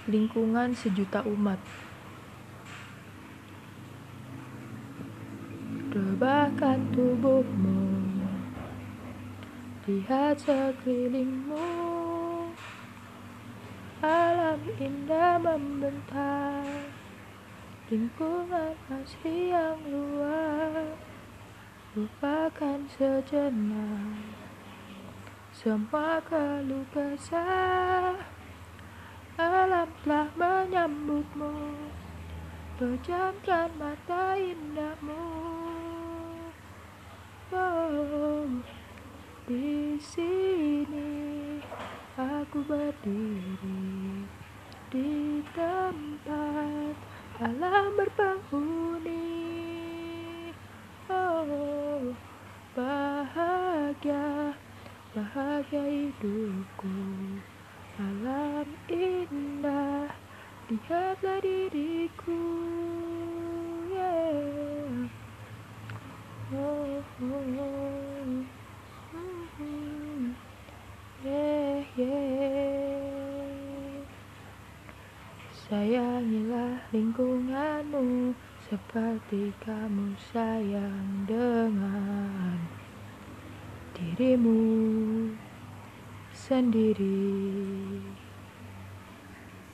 lingkungan sejuta umat. Rebahkan tubuhmu, lihat sekelilingmu, alam indah membentang, lingkungan masih yang luas. Lupakan sejenak semua keluh kesah, alam telah menyambutmu, pejamkan mata indahmu. Oh, di sini aku berdiri di tempat alam berpenghuni. Oh, bahagia hidupku, alam indah, lihatlah diriku. Yeah. Oh, yeah, yeah. Sayangilah lingkunganmu seperti kamu sayang dengan dirimu sendiri.